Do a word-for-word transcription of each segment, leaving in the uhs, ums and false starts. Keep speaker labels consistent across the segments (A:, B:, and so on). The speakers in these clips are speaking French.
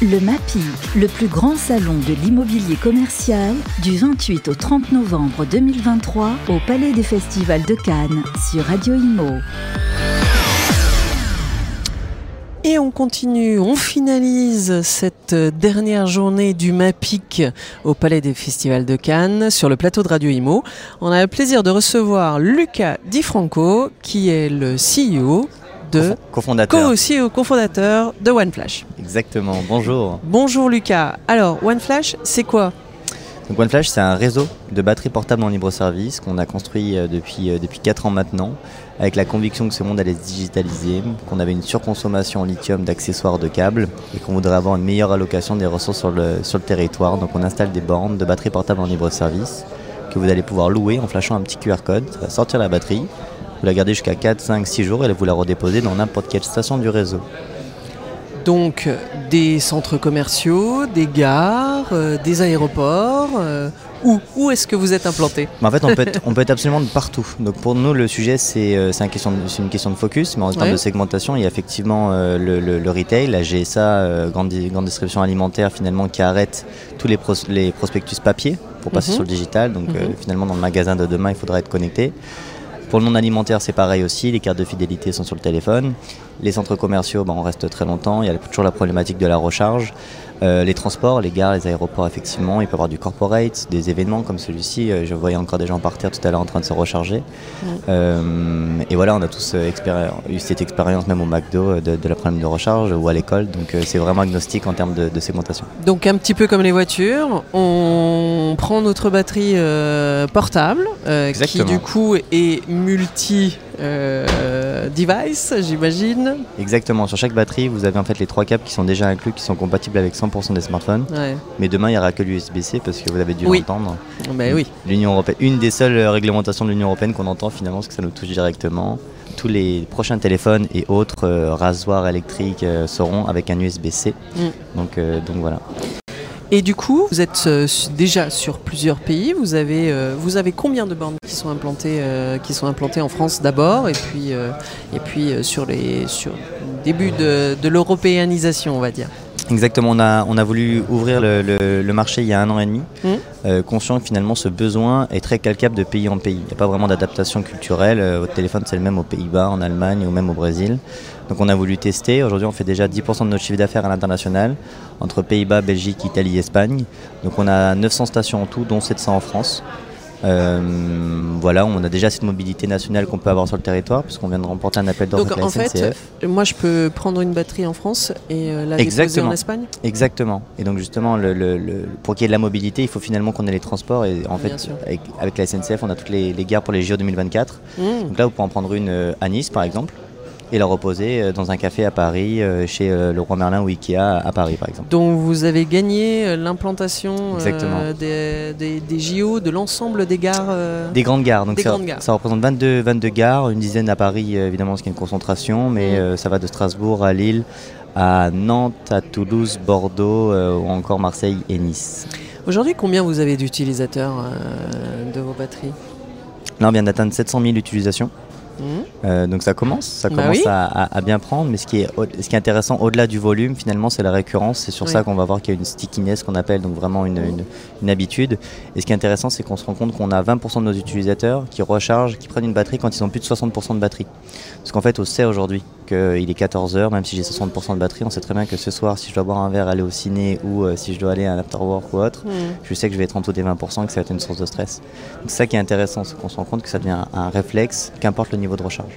A: Le MAPIC, le plus grand salon de l'immobilier commercial, du vingt-huit au trente novembre deux mille vingt-trois au Palais des Festivals de Cannes sur Radio Imo.
B: Et on continue, on finalise cette dernière journée du MAPIC au Palais des Festivals de Cannes sur le plateau de Radio Imo. On a le plaisir de recevoir Luca Di Franco qui est le C E O de
C: cofondateur.
B: Co-C E O, cofondateur de OneFlash.
C: Exactement, bonjour.
B: Bonjour Lucas. Alors OneFlash, c'est quoi ?
C: Donc OneFlash, c'est un réseau de batteries portables en libre service qu'on a construit depuis, depuis quatre ans maintenant, avec la conviction que ce monde allait se digitaliser, qu'on avait une surconsommation en lithium d'accessoires de câbles et qu'on voudrait avoir une meilleure allocation des ressources sur le, sur le territoire. Donc on installe des bornes de batteries portables en libre service que vous allez pouvoir louer en flashant un petit Q R code. Ça va sortir la batterie, vous la gardez jusqu'à quatre, cinq, six jours et vous la redéposez dans n'importe quelle station du réseau.
B: Donc des centres commerciaux, des gares, euh, des aéroports, euh, où, où est-ce que vous êtes implanté ?
C: En fait, on peut, être, on peut être absolument de partout. Donc pour nous, le sujet, c'est, euh, c'est, un question de, c'est une question de focus, mais en termes
B: ouais.
C: de segmentation, il y a effectivement euh, le, le, le retail, la G S A, euh, grande, grande distribution alimentaire, finalement, qui arrête tous les, pros, les prospectus papier pour passer mm-hmm. sur le digital. Donc mm-hmm. euh, finalement, dans le magasin de demain, il faudra être connecté. Pour le monde alimentaire, c'est pareil aussi, les cartes de fidélité sont sur le téléphone. Les centres commerciaux, bah, on reste très longtemps, il y a toujours la problématique de la recharge. Euh, les transports, les gares, les aéroports, effectivement, il peut y avoir du corporate, des événements comme celui-ci. Euh, je voyais encore des gens par terre tout à l'heure en train de se recharger. Mmh. Euh, et voilà, on a tous euh, expéri- eu cette expérience même au McDo de, de la problème de recharge ou à l'école. Donc euh, c'est vraiment agnostique en termes de, de segmentation. Donc
B: un petit peu comme les voitures, on prend notre batterie euh, portable euh, qui du coup est multi... Euh, device, j'imagine.
C: Exactement, sur chaque batterie, vous avez en fait les trois câbles qui sont déjà inclus, qui sont compatibles avec cent pour cent des smartphones. Ouais. Mais demain, il n'y aura que l'U S B C parce que vous avez dû
B: oui.
C: l'entendre.
B: Ben oui.
C: L'Union européenne, une des seules réglementations de l'Union européenne qu'on entend finalement, parce que ça nous touche directement. Tous les prochains téléphones et autres euh, rasoirs électriques euh, seront avec un U S B C. Mm. Donc, euh, donc voilà.
B: Et du coup, vous êtes euh, déjà sur plusieurs pays. Vous avez, euh, vous avez combien de bornes qui sont implantées, euh, qui sont implantées en France d'abord, et puis, euh, et puis euh, sur les, sur le début de, de l'européanisation, on va dire.
C: Exactement, on a, on a voulu ouvrir le, le, le marché il y a un an et demi, mmh. euh, conscient que finalement ce besoin est très calcable de pays en pays. Il n'y a pas vraiment d'adaptation culturelle. Euh, votre téléphone, c'est le même aux Pays-Bas, en Allemagne ou même au Brésil. Donc on a voulu tester. Aujourd'hui, on fait déjà dix pour cent de notre chiffre d'affaires à l'international, entre Pays-Bas, Belgique, Italie, Espagne. Donc on a neuf cents stations en tout, dont sept cents en France. Euh, voilà, on a déjà cette mobilité nationale qu'on peut avoir sur le territoire puisqu'on vient de remporter un appel d'offres avec la
B: en
C: S N C F.
B: Fait, moi je peux prendre une batterie en France et euh, la déposer en Espagne ?
C: Exactement. Et donc justement, le, le, le, pour qu'il y ait de la mobilité, il faut finalement qu'on ait les transports et en fait, avec, avec la S N C F, on a toutes les, les gares pour les J O deux mille vingt-quatre. Mmh. Donc là, vous pouvez en prendre une à Nice par exemple, et la reposer dans un café à Paris, chez le Roi Merlin ou Ikea à Paris par exemple.
B: Donc vous avez gagné l'implantation euh, des, des, des J O de l'ensemble des gares euh,
C: Des grandes gares. Donc
B: des
C: ça,
B: grandes gares.
C: Ça représente vingt-deux, vingt-deux gares, une dizaine à Paris évidemment parce qu'il y a une concentration, mais mmh. euh, ça va de Strasbourg à Lille, à Nantes, à Toulouse, Bordeaux euh, ou encore Marseille et Nice.
B: Aujourd'hui, combien vous avez d'utilisateurs euh, de vos batteries ?
C: Là on vient d'atteindre sept cent mille utilisations. Mmh. Euh, donc ça commence, ça
B: bah
C: commence
B: oui.
C: à, à, à bien prendre, mais ce qui est, ce qui est intéressant au-delà du volume finalement c'est la récurrence, c'est sur oui. ça qu'on va voir qu'il y a une stickiness qu'on appelle, donc vraiment une, une, une habitude. Et ce qui est intéressant c'est qu'on se rend compte qu'on a vingt pour cent de nos utilisateurs qui rechargent, qui prennent une batterie quand ils ont plus de soixante pour cent de batterie. Parce qu'en fait on sait aujourd'hui qu'il est quatorze heures, même si j'ai soixante pour cent de batterie, on sait très bien que ce soir si je dois boire un verre, aller au ciné ou euh, si je dois aller à un afterwork ou autre, mmh. je sais que je vais être en dessous des vingt pour cent et que ça va être une source de stress. Donc c'est ça qui est intéressant, c'est qu'on se rend compte que ça devient un, un réflexe, qu'importe le niveau de recharge.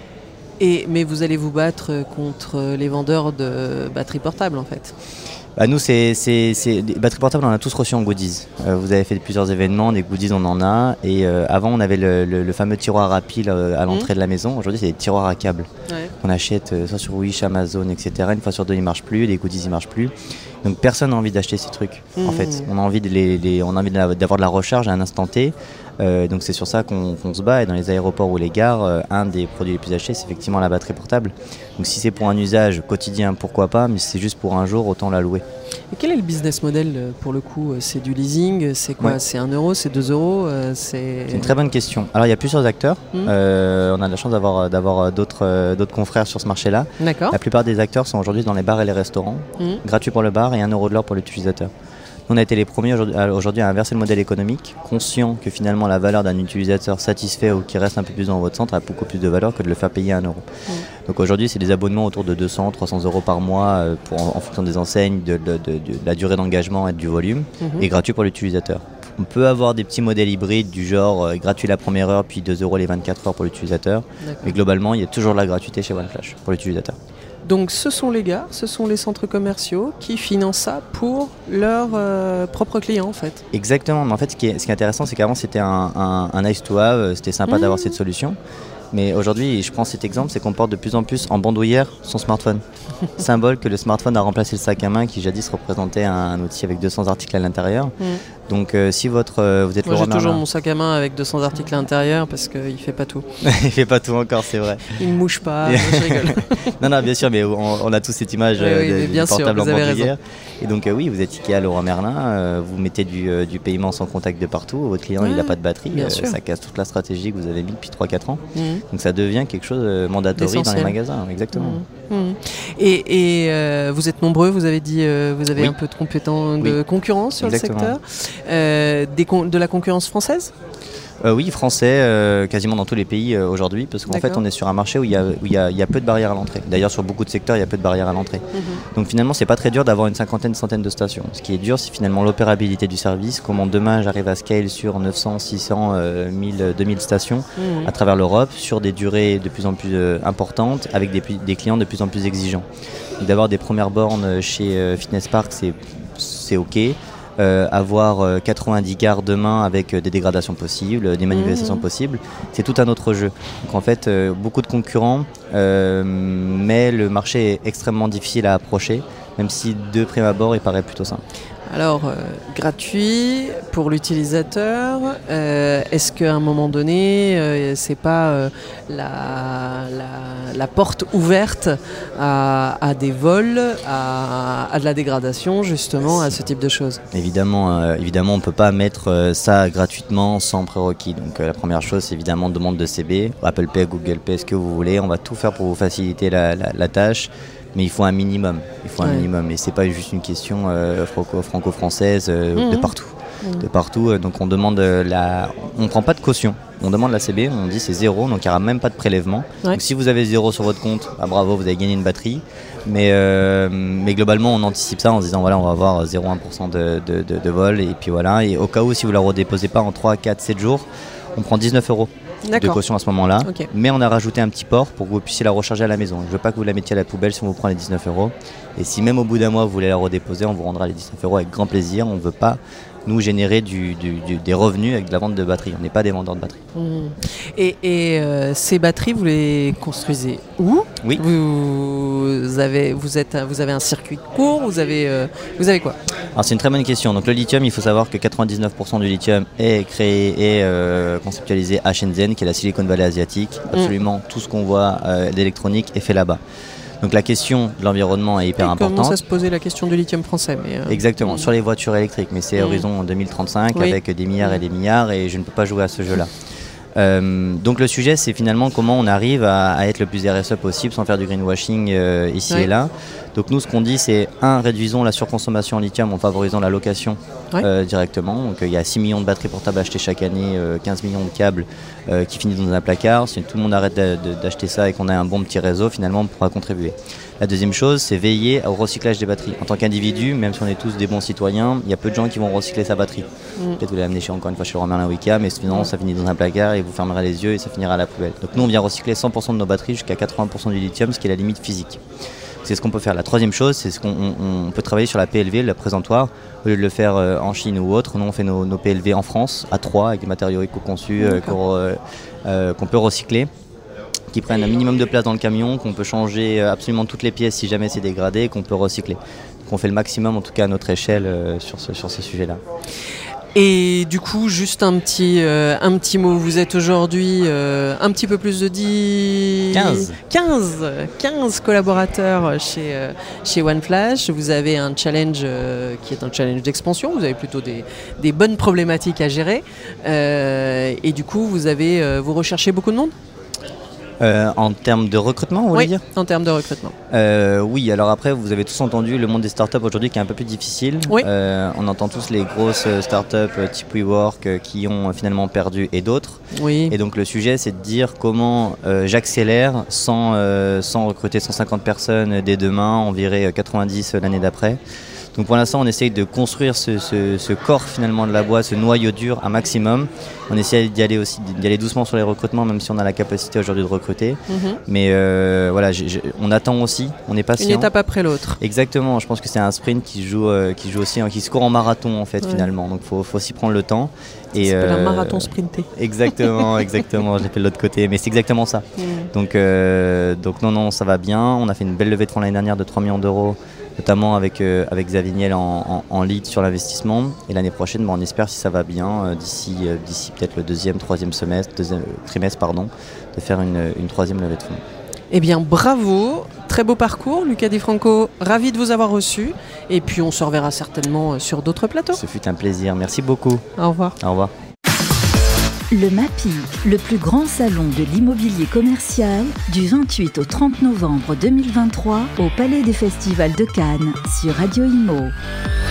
B: Et, mais vous allez vous battre contre les vendeurs de batteries portables en fait ?
C: Bah nous, c'est, c'est, c'est, des batteries portables, on en a tous reçu en goodies. Euh, vous avez fait plusieurs événements, des goodies, on en a. Et euh, avant, on avait le, le, le fameux tiroir à piles euh, à l'entrée mmh. de la maison. Aujourd'hui, c'est des tiroirs à câbles ouais. qu'on achète euh, soit sur Wish, Amazon, et cetera. Une fois sur deux, ils ne marchent plus, les goodies, ils ne marchent plus. Donc personne n'a envie d'acheter ces trucs. Mmh. En fait, on a envie, de les, les, on a envie d'avoir de la recharge à un instant T. Euh, donc c'est sur ça qu'on, qu'on se bat. Et dans les aéroports ou les gares, euh, un des produits les plus achetés, c'est effectivement la batterie portable. Donc si c'est pour un usage quotidien, pourquoi pas, mais si c'est juste pour un jour, autant la louer. oui.
B: Et quel est le business model pour le coup? C'est du leasing? C'est quoi? Ouais. C'est un euro? C'est deux euros? C'est...
C: c'est une très bonne question. Alors il y a plusieurs acteurs. Mmh. Euh, on a de la chance d'avoir, d'avoir d'autres, euh, d'autres confrères sur ce marché-là.
B: D'accord.
C: La plupart des acteurs sont aujourd'hui dans les bars et les restaurants. Mmh. Gratuit pour le bar et un euro de l'heure pour l'utilisateur. On a été les premiers aujourd'hui à inverser le modèle économique, conscient que finalement la valeur d'un utilisateur satisfait ou qui reste un peu plus dans votre centre a beaucoup plus de valeur que de le faire payer un euro. Mmh. Donc aujourd'hui, c'est des abonnements autour de deux cents à trois cents euros par mois pour, en, en fonction des enseignes, de, de, de, de la durée d'engagement et du volume, mmh. et gratuit pour l'utilisateur. On peut avoir des petits modèles hybrides du genre euh, gratuit la première heure puis deux euros les vingt-quatre heures pour l'utilisateur. D'accord. Mais globalement, il y a toujours de la gratuité chez OneFlash pour l'utilisateur.
B: Donc ce sont les gars, ce sont les centres commerciaux qui financent ça pour leurs euh, propres clients en fait.
C: Exactement, mais en fait ce qui est, ce qui est intéressant c'est qu'avant c'était un, un, un nice to have, c'était sympa mmh. d'avoir cette solution. Mais aujourd'hui, je prends cet exemple, c'est qu'on porte de plus en plus en bandoulière son smartphone. Symbole que le smartphone a remplacé le sac à main qui jadis représentait un outil avec deux cents articles à l'intérieur. Mmh. Donc euh, si votre, euh, vous êtes
B: Moi,
C: Leroy
B: j'ai toujours mon sac à main avec deux cents articles à l'intérieur parce qu'il ne fait pas tout.
C: Il fait pas tout encore, c'est vrai.
B: Il ne mouche pas, moi, je rigole.
C: Non, non, bien sûr, mais on, on a tous cette image
B: oui, oui,
C: de,
B: bien
C: du portable
B: sûr,
C: en bandoulière. Et donc euh, oui, vous êtes Ikea, Leroy Merlin, euh, vous mettez du, euh, du paiement sans contact de partout, votre client ouais, il n'a pas de batterie, euh, ça casse toute la stratégie que vous avez mis depuis trois quatre ans. Mmh. Donc ça devient quelque chose de mandatory dans les magasins, exactement.
B: Mmh. Mmh. Et, et euh, vous êtes nombreux, vous avez dit, euh, vous avez oui. un peu de, compétents, de oui. concurrence sur exactement. Le secteur. Euh, des con- de la concurrence française?
C: Euh, oui, français, euh, quasiment dans tous les pays euh, aujourd'hui, parce qu'en D'accord. fait on est sur un marché où il y, y, y a peu de barrières à l'entrée. D'ailleurs sur beaucoup de secteurs il y a peu de barrières à l'entrée. Mm-hmm. Donc finalement c'est pas très dur d'avoir une cinquantaine, centaine de stations. Ce qui est dur c'est finalement l'opérabilité du service, comment demain j'arrive à scale sur neuf cents, six cents, euh, mille, deux mille stations mm-hmm. à travers l'Europe, sur des durées de plus en plus euh, importantes, avec des, des clients de plus en plus exigeants. Donc, d'avoir des premières bornes chez euh, Fitness Park c'est, c'est ok. Euh, avoir euh, quatre-vingt-dix gares demain avec euh, des dégradations possibles, des manifestations mmh. possibles, c'est tout un autre jeu. Donc en fait, euh, beaucoup de concurrents, euh, mais le marché est extrêmement difficile à approcher, même si de prime abord, il paraît plutôt simple.
B: Alors, euh, gratuit pour l'utilisateur, euh, est-ce qu'à un moment donné, euh, c'est pas euh, la, la, la porte ouverte à, à des vols, à, à de la dégradation, justement, à ce type de choses?
C: Évidemment, euh, évidemment on ne peut pas mettre euh, ça gratuitement sans prérequis. Donc euh, la première chose, c'est évidemment demande de C B, Apple Pay, Google Pay, ce que vous voulez. On va tout faire pour vous faciliter la, la, la tâche. Mais il faut un minimum, il faut ouais. un minimum, et c'est pas juste une question euh, franco- franco-française euh, mmh. de partout, mmh. de partout. Euh, donc on demande la, on prend pas de caution, on demande la C B, on dit c'est zéro, donc il n'y aura même pas de prélèvement. Ouais. Donc si vous avez zéro sur votre compte, bah, bravo, vous avez gagné une batterie. Mais, euh, mais globalement, on anticipe ça en se disant voilà, on va avoir zéro virgule un pour cent de, de, de, de vol, et puis voilà. Et au cas où, si vous la redéposez pas en trois, quatre, sept jours, on prend dix-neuf euros. De caution à ce moment-là, okay. Mais on a rajouté un petit port pour que vous puissiez la recharger à la maison. Je ne veux pas que vous la mettiez à la poubelle si on vous prend les dix-neuf euros. Et si même au bout d'un mois vous voulez la redéposer, on vous rendra les dix-neuf euros avec grand plaisir. On ne veut pas nous générer du, du, du, des revenus avec de la vente de batteries. On n'est pas des vendeurs de batteries.
B: Mmh. Et, et euh, ces batteries, vous les construisez où?
C: Oui.
B: Vous avez, vous êtes, vous avez un circuit court, vous avez, euh, vous avez quoi?
C: Alors c'est une très bonne question. Donc le lithium, il faut savoir que quatre-vingt-dix-neuf pour cent du lithium est créé et euh, conceptualisé à Shenzhen, qui est la Silicon Valley asiatique. Absolument mmh. tout ce qu'on voit euh, d'électronique est fait là-bas. Donc la question de l'environnement est hyper et importante.
B: On commence à se poser la question du lithium français. Mais euh...
C: Exactement, mmh. sur les voitures électriques, mais c'est mmh. horizon deux mille trente-cinq oui. avec des milliards mmh. et des milliards, et je ne peux pas jouer à ce jeu-là. Euh, donc le sujet c'est finalement comment on arrive à, à être le plus R S E possible sans faire du greenwashing euh, ici oui. et là. Donc nous ce qu'on dit c'est un, réduisons la surconsommation en lithium en favorisant la location oui. euh, directement. Donc il euh, y a six millions de batteries portables achetées chaque année, euh, quinze millions de câbles euh, qui finissent dans un placard. Si tout le monde arrête de, de, d'acheter ça et qu'on a un bon petit réseau, finalement on pourra contribuer. La deuxième chose, c'est veiller au recyclage des batteries. En tant qu'individu, même si on est tous des bons citoyens, il y a peu de gens qui vont recycler sa batterie. Mmh. Peut-être vous l'amener chez encore une fois chez Leroy Merlin ou Ikea, mais sinon ça finit dans un placard et vous fermerez les yeux et ça finira à la poubelle. Donc nous on vient recycler cent pour cent de nos batteries jusqu'à quatre-vingts pour cent du lithium, ce qui est la limite physique. C'est ce qu'on peut faire. La troisième chose, c'est ce qu'on on, on peut travailler sur la P L V, le présentoir, au lieu de le faire euh, en Chine ou autre. Nous on fait nos, nos P L V en France, à Troyes, avec des matériaux éco-conçus euh, qu'on, euh, euh, qu'on peut recycler, qui prennent un minimum de place dans le camion, qu'on peut changer absolument toutes les pièces si jamais c'est dégradé, qu'on peut recycler. Donc on fait le maximum, en tout cas à notre échelle, euh, sur, ce, sur ces sujets-là.
B: Et du coup, juste un petit, euh, un petit mot. Vous êtes aujourd'hui euh, un petit peu plus de dix...
C: quinze.
B: quinze, quinze collaborateurs chez, euh, chez OneFlash. Vous avez un challenge euh, qui est un challenge d'expansion. Vous avez plutôt des, des bonnes problématiques à gérer. Euh, et du coup, vous, avez, euh, vous recherchez beaucoup de monde ?
C: Euh, en termes de recrutement, vous voulez
B: Oui,
C: dire ?
B: en termes de recrutement.
C: Euh, oui, alors après, vous avez tous entendu le monde des startups aujourd'hui qui est un peu plus difficile.
B: Oui.
C: Euh, on entend tous les grosses startups euh, type WeWork euh, qui ont euh, finalement perdu et d'autres.
B: Oui.
C: Et donc le sujet, c'est de dire comment euh, j'accélère sans, euh, sans recruter cent cinquante personnes dès demain, en virer quatre-vingt-dix l'année d'après. Donc pour l'instant, on essaye de construire ce, ce, ce corps finalement de la boîte, ce noyau dur un maximum. On essaie d'y aller aussi, d'y aller doucement sur les recrutements, même si on a la capacité aujourd'hui de recruter. Mm-hmm. Mais euh, voilà, j'ai, j'ai, on attend aussi, on est patient.
B: Une étape après l'autre.
C: Exactement. Je pense que c'est un sprint qui joue, euh, qui joue aussi, hein, qui se court en marathon en fait ouais. finalement. Donc faut, faut aussi prendre le temps.
B: Et c'est euh, un marathon sprinté.
C: Exactement, exactement. J'ai fait de l'autre côté, mais c'est exactement ça. Mm. Donc, euh, donc non, non, ça va bien. On a fait une belle levée de fonds l'année dernière de trois millions d'euros. Notamment avec, euh, avec Xavier Niel en, en, en lead sur l'investissement. Et l'année prochaine, bon, on espère, si ça va bien, euh, d'ici, euh, d'ici peut-être le deuxième, troisième semestre, deuxième trimestre, pardon, de faire une, une troisième levée de fonds.
B: Eh bien, bravo, très beau parcours, Lucas Di Franco, ravi de vous avoir reçu. Et puis, on se reverra certainement sur d'autres plateaux.
C: Ce fut un plaisir, merci beaucoup.
B: Au revoir.
C: Au revoir.
A: Le MAPIC, le plus grand salon de l'immobilier commercial, du vingt-huit au trente novembre deux mille vingt-trois au Palais des Festivals de Cannes sur Radio Imo.